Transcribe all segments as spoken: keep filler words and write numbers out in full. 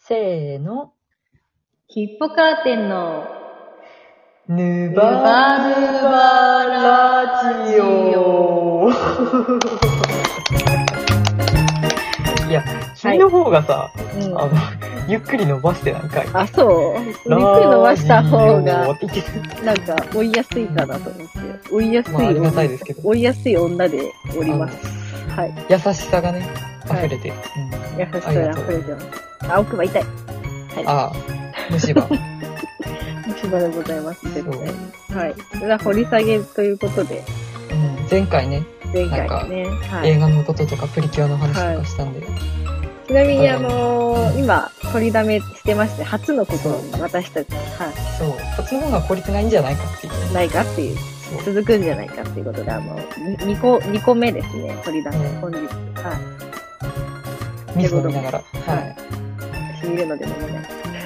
せーの。 ヒッポカーテンのヌバヌバラジオ。いや、君の方がさ、はい、あの、ゆっくり伸ばしてなんかい。 あ、そう。ゆっくり伸ばした方が、なんか、追いやすいかなと思って。追いやすい、まあ、 ありがたいですけど。 追いやすい女でおります。はい。 優しさがね、溢れてる。 はい、うん、優しさが溢れてます。あ、奥歯痛い。はい。 ああ、虫歯。 虫歯でございます、絶対。はい。それは掘り下げということで。 うん、前回ね、 前回ね、 はい、映画のこととかプリキュアの話とかしたんで。はい、 ちなみにあのーうん、今、取りだめしてまして、初の試み、私たち。はい。 そう。こっちの方が効率ないんじゃないかっていう。 ないかっていう。続くんじゃないかっていうことで、あの、にこ、にこめですね、取りだめ、うん、本日。はい。 水飲みながら。はい。 私見るので飲めない。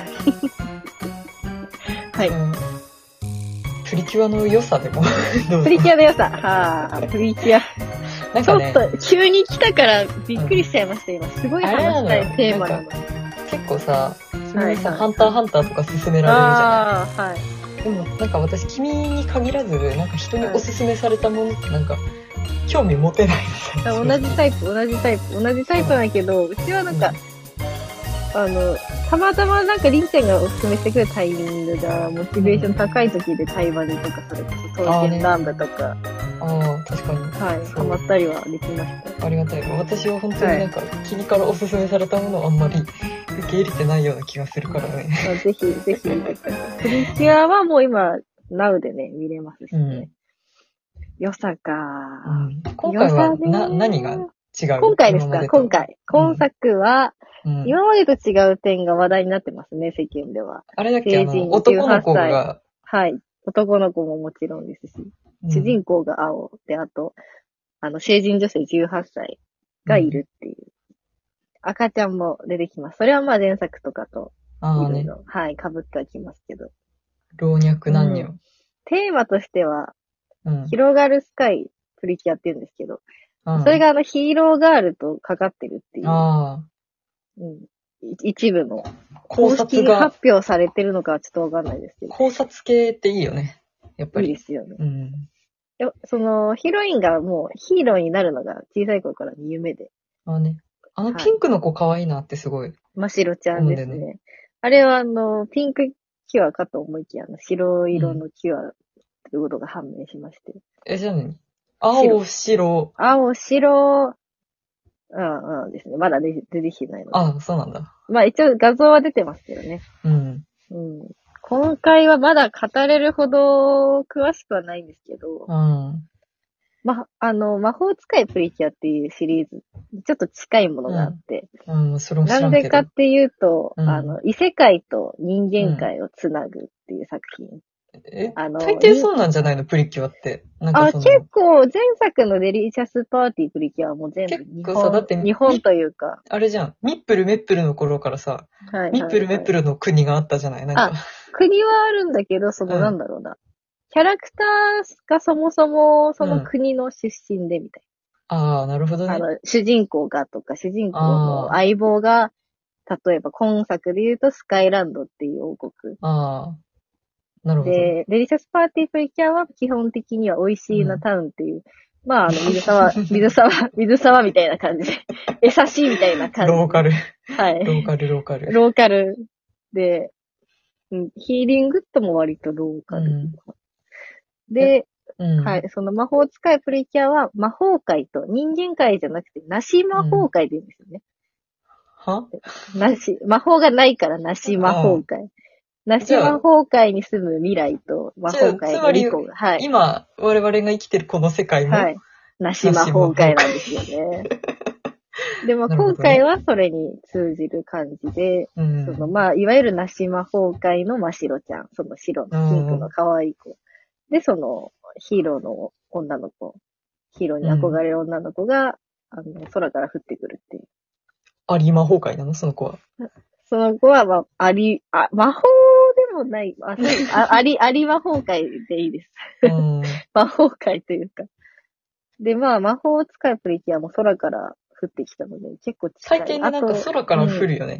はい、うん。 プリキュアの良さでもプリキュアの良さ。はぁ、プリキュア。なんかね、ちょっと急に来たからびっくりしちゃいました、うん、今。すごい話したいテーマなの。 結構さ、君さ、はい、ハンターハンターとか勧められるじゃない。ああ、はい。でもなんか私、君に限らず、なんか人におすすめされたものってなんか、興味持てないみたいな。同じタイプ、同じタイプ、同じタイプだけど、うちはなんか、うん、あの、たまたまなんかりんちゃんがおすすめしてくれたタイミングが、モチベーション高い時で対話にとか、それこそ、刀剣乱舞とか、 ああ、確かに。 はい。ハマったりはできました。 ありがたい。私は本当になんか、君からおすすめされたものをあんまり受け入れてないような気がするからね。 まあ、ぜひ、ぜひ見てください。プリキュアはもう今、ナウでね、見れますしね。うん、良さか、 うん。今回はな、何が違う？ 今回ですか？今回。今作は、うん、今までと違う点が話題になってますね、世間では。 あれだっけ、あの、男の子が。 はい。男の子ももちろんですし、うん、主人公が青で、あと、あの、成人女性じゅうはっさいがいるっていう。うん、赤ちゃんも出てきます。それはまあ前作とかと、いろいろ、ね、はい、被ってはきますけど。 老若男女。うん、 テーマとしては、うん、広がるスカイプリキュアって言うんですけど、うん、それがあのヒーローガールとかかってるっていう。あうん、一部の公式発表されてるのかはちょっとわかんないですけど。 考察系っていいよね。やっぱり。 いいですよね。うん、そのヒロインがもうヒーローになるのが小さい頃からの夢で。 あね。あのピンクの子可愛いなってすごい。 真白ちゃんですね。ねあれはあの、ピンクキュアかと思いきや、あの白色のキュアということが判明しまして。うん、 え、じゃあ何？青、白。 青、白、うんうんですね。まだ出てきてないので。 ああ、そうなんだ。 まあ一応画像は出てますけどね。 うん。 うん。今回はまだ語れるほど詳しくはないんですけど。うん。ま、あの、魔法使いプリキュアっていうシリーズ、ちょっと近いものがあって。 うん、うん、それも知らんけど。 なんでかっていうと、うん、あの、異世界と人間界をつなぐっていう作品。うんえ、あの、大抵そうなんじゃないのプリキュアって。 なんかそのあ、結構、前作のデリシャスパーティープリキュアはもう全部日本、だって日本というか。 あれじゃん。ミップルメップルの頃からさ、はいはいはい、ミップルメップルの国があったじゃないなんか。 あ、国はあるんだけど、その、なんだろうな。うん、キャラクターがそもそもその国の出身でみたいな。うん、ああ、なるほどね。 あの、主人公がとか、主人公の相棒が、例えば今作で言うとスカイランドっていう王国。ああ。 なるほど。 で、デリシャスパーティープリキュアは基本的には美味しいなタウンっていう、うん、まあ、あの、水沢、水沢、水沢みたいな感じで、優しいみたいな感じ。 ローカル。 はい。 ローカル、ローカル。 ローカルで、うん、ヒーリングとも割とローカル。うん、で、うん、はい。その魔法使いプリキュアは魔法界と人間界じゃなくて、なし魔法界で言うんですよね。 うん、はなし、魔法がないからなし魔法界。なし魔法界に住む未来と魔法界のにこが。 はい。今、我々が生きてるこの世界も。 はい。なし魔法界なんですよね。でも今回はそれに通じる感じで、うん、そのまあ、いわゆるなし魔法界の真白ちゃん、その白のピンクの可愛い子。うん、で、そのヒーローの女の子、ヒーローに憧れる女の子が、うん、あの空から降ってくるっていう。 あり魔法界なのその子は。 その子は、まあ、あり、あ、魔法でもない、あ、ああり、あり魔法界でいいです。うん、魔法界というか。で、まあ、魔法を使うプリキュアも空から降ってきたので、結構近い。 最近ね、なんか空から降るよね。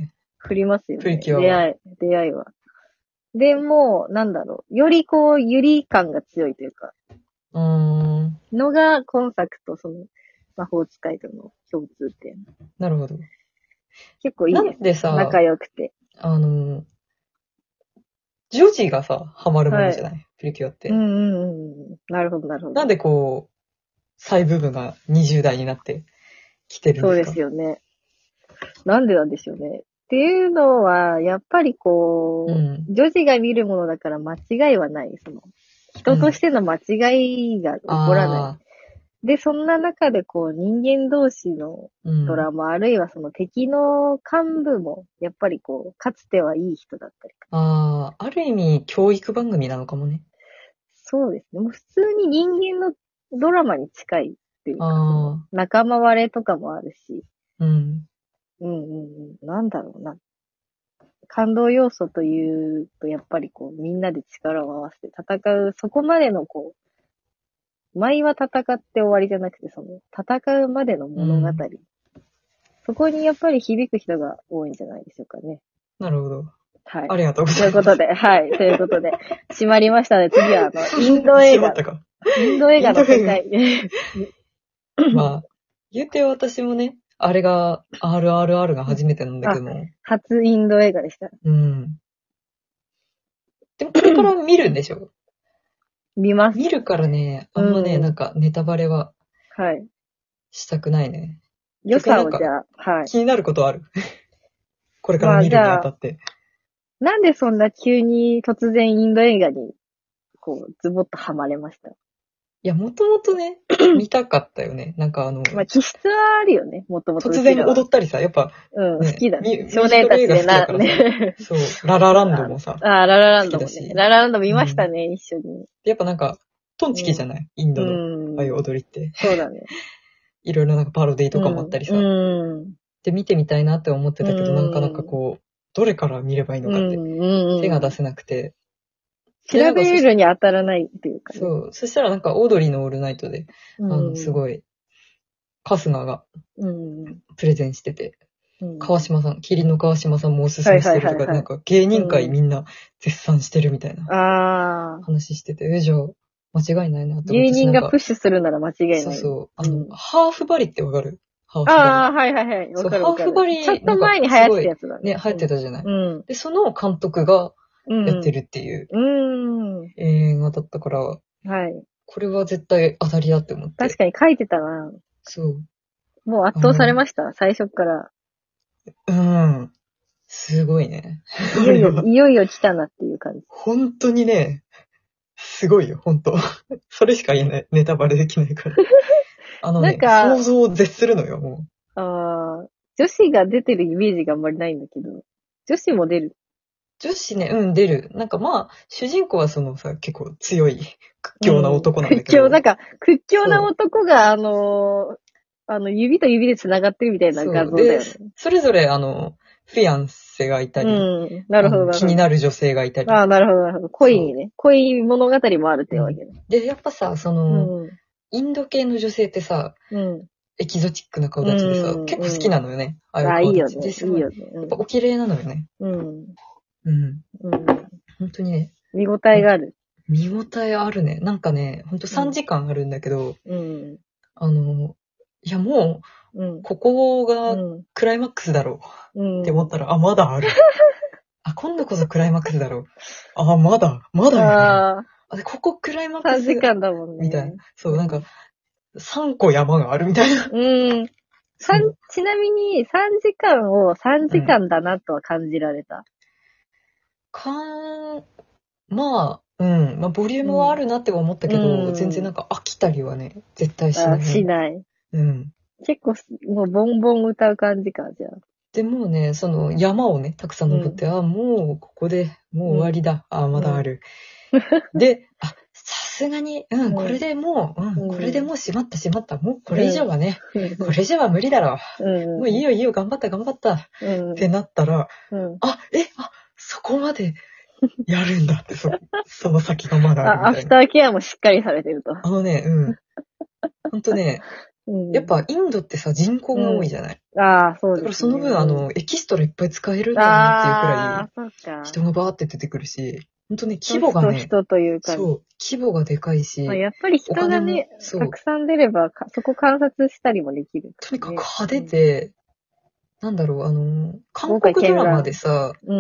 振りますよね。 プリキュアは。 出会い、出会いは。で、もう、なんだろう。よりこう、ゆり感が強いというか。 うーん。 のが、今作とその、魔法使いとの共通点。 なるほど。 結構いいです。 なんでさ、 仲良くて。 あの、女児がさ、ハマるものじゃない、はい、プリキュアって。 うんうんうん。なるほど、なるほど。 なんでこう、細部分がにじゅう代になってきてるんですか？ そうですよね。なんでなんでしょうね。っていうのは、やっぱりこう、うん、女児が見るものだから間違いはない。その、人としての間違いが起こらない。うん、で、そんな中でこう、人間同士のドラマ、うん、あるいはその敵の幹部も、やっぱりこう、かつてはいい人だったり。 ああ、ある意味教育番組なのかもね。 そうですね。もう普通に人間のドラマに近いっていうか、仲間割れとかもあるし。 うん。 うんうんうん。なんだろうな。感動要素というと、やっぱりこう、みんなで力を合わせて戦う、そこまでのこう、舞は戦って終わりじゃなくて、その、戦うまでの物語。うん、そこにやっぱり響く人が多いんじゃないでしょうかね。 なるほど。 はい。 ありがとうございます。 ということで、はい。ということで、閉まりましたね。次は、あの、インド映画。インド映画の世界。 まあ、言うて私もね、あれが、アールアールアール が初めてなんだけども。 初インド映画でした。 うん。でもこれから見るんでしょ？ 見ます。 見るからね、あんまね、うん、なんかネタバレは、 はい。 したくないね。 良さをじゃあ、はい。 気になることある？これから見るにあたって。 まあ、なんでそんな急に突然インド映画に、こう、ズボッとハマれました？ いや、もともとね、見たかったよね。なんかあの、 まあ、気質はあるよね、もともと。 突然踊ったりさ、やっぱ、 うん、ね、好きだね。少年たちでな、ね。 そう、ララランドもさ。 ああ、ララランドもね。ララランド見ましたね、うん、一緒に。 やっぱなんか、トンチキじゃない、うん、インドの、ああいう踊りって。 そうだね。 いろいろなんかパロディとかもあったりさ。 うん。 で、見てみたいなって思ってたけど、なかなかこう、どれから見ればいいのかって、手が出せなくて。 調べるに当たらないっていうか、 ね。そう。そしたらなんか、オードリーのオールナイトで、うん、あの、すごい、春日が、プレゼンしてて、うん、川島さん、キリンの川島さんもおすすめしてるとか、なんか芸人界みんな絶賛してるみたいな話してて、うん、え、じゃあ、間違いないなって思って。 芸人がプッシュするなら間違いない。 そうそう。あの、うん、ハーフバリってわかる？ハーフバリ。ああ、はいはいはい。わかるわかる。ハーフバリ。ちょっと前に流行ってたやつだね。 ね、流行ってたじゃない。うん、で、その監督がやってるっていう、うん、映画だったから、はい。これは絶対当たりだって思って。 確かに書いてたな。 そう。 もう圧倒されました、最初から。 うん。すごいね。 いよいよ、いよいよ来たなっていう感じ。 本当にね、すごいよ、本当。それしか言えない。ネタバレできないから。あのね、想像を絶するのよ、もう。ああ、女子が出てるイメージがあんまりないんだけど。女子も出る？ 女子ね、うん、出る。なんかまあ、主人公はそのさ、結構強い、屈強な男なんだけど。 屈強、なんか、屈強な男が、あのー、あの、指と指で繋がってるみたいな画像だよね。 そ, それぞれ、あの、フィアンセがいたり、うん、 なるほど気になる女性がいたり。 ああ、なるほど、なるほど。恋にね。恋物語もあるっていうわけね、 うん。で、やっぱさ、その、うん、インド系の女性ってさ、うん、エキゾチックな顔立ちでさ、うん、結構好きなのよね。 うん、ああいう顔立ち。ああ、いいよね。いいよね。 やっぱお綺麗なのよね。うん。うん。うん。本当にね。 見応えがある。 見応えあるね。なんかね、ほんとさんじかんあるんだけど、うん、あの、いやもう、うん、ここがクライマックスだろう、うん、って思ったら、あ、まだある。あ、今度こそクライマックスだろう。あ、まだ、まだやる。あ、で、ここクライマックス。 さんじかんだもんね。 みたいな。そう、なんか、さんこ山があるみたいな。 うん。ちなみにさんじかんをさんじかんだなとは感じられた。 かん、まあ、うん。まあ、ボリュームはあるなって思ったけど、うん、全然なんか飽きたりはね、絶対しない。 あ、しない。 うん。 結構、もうボンボン歌う感じか、じゃあ。 で、もうね、その山をね、たくさん登って、うん、あ、もうここで、もう終わりだ。うん、あ、まだある。うん、で、あ、さすがに、うん、これでもう、うん、これでもう閉まった閉まった。もうこれ以上はね、うん、これ以上は無理だろう。うん、もういいよいいよ、頑張った頑張った。うん、ってなったら、うん、あ、え、あ、そこまでやるんだって、そ、その先がまだあるみたいな。 あ、アフターケアもしっかりされてると。 あのね、うん。ほんとね、 うん、やっぱインドってさ、人口が多いじゃない、 うん、ああ、そうですね。 だからその分、あの、エキストラいっぱい使えるんだなっていうくらい、人がバーって出てくるし、本当ね、規模がね、 人人というか、 そう、規模がでかいし、 まあ、やっぱり人がね、たくさん出れば、そこ観察したりもできる、ね。 とにかく派手で、うん、なんだろう、あの、韓国ドラマでさ、うん、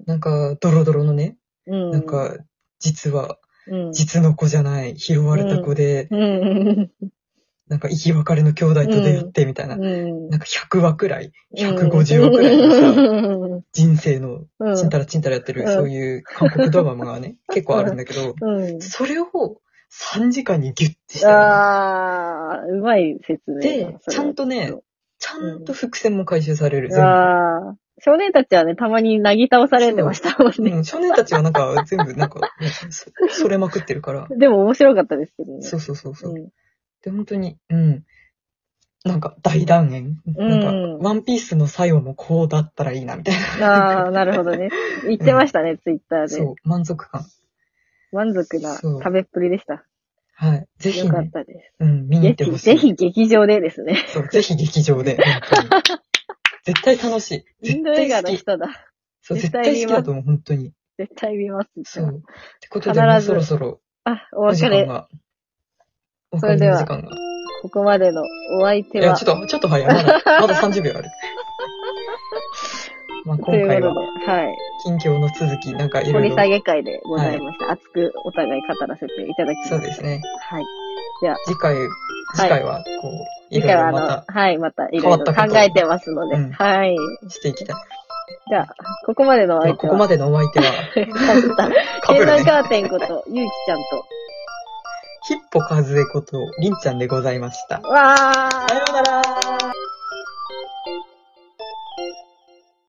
なんか、ドロドロのね、うん、なんか、実は、うん、実の子じゃない、拾われた子で、うんうんなんか生き別れの兄弟と出会ってみたいな、うん、なんかひゃくわくらい、ひゃくごじゅうわくらいのさ、うん、人生のちんたらちんたらやってる、うん、そういう韓国ドラマがね、結構あるんだけど、うん、それをさんじかんにギュッてした、ね。 ああ、うまい説明。 で、ちゃんとね、ちゃんと伏線も回収される、 うん、全部。あ少年たちはね、たまになぎ倒されてましたもんね。 うん、少年たちはなんか全部なんか、ね、そ, それまくってるから。 でも面白かったですけどね。 そうそうそうそう。うんで、本当に、うん。なんか大断言、うん、なんか、ワンピースの作用もこうだったらいいな、みたいな。ああ、なるほどね。言ってましたね、うん、ツイッターで。 そう、満足感。 満足な食べっぷりでした。 はい。ぜひ、ね。 よかったです。 うん、見に行ってほしい。 ぜひ劇場でですね。 そう、ぜひ劇場で。本当に絶対楽しい。 インド映画の人だ。 そう、絶対好きだと思う、本当に。 絶対見ます。 そう。ってことで、もうそろそろ、 あ、お別れ。それでは、ここまでのお相手は。 いや、ちょっと、ちょっと早い。まだ、まださんじゅうびょうある。まあ、今回は、はい。近況の続き、なんかいろいろ。 掘り下げ会でございました。はい、熱くお互い語らせていただきました。 そうですね。 はい。では、 次回、次回は、こう、いろいろまた、 はい、またいろいろ考えてますので、うん、はい。 していきたい。 じゃあ、ここまでのお相手は。 ここまでのお相手は。 かぶった。天覧カーテンこと、ゆうきちゃんと。 ヒッポカズエこと、りんちゃんでございました。 わー。 さようなら。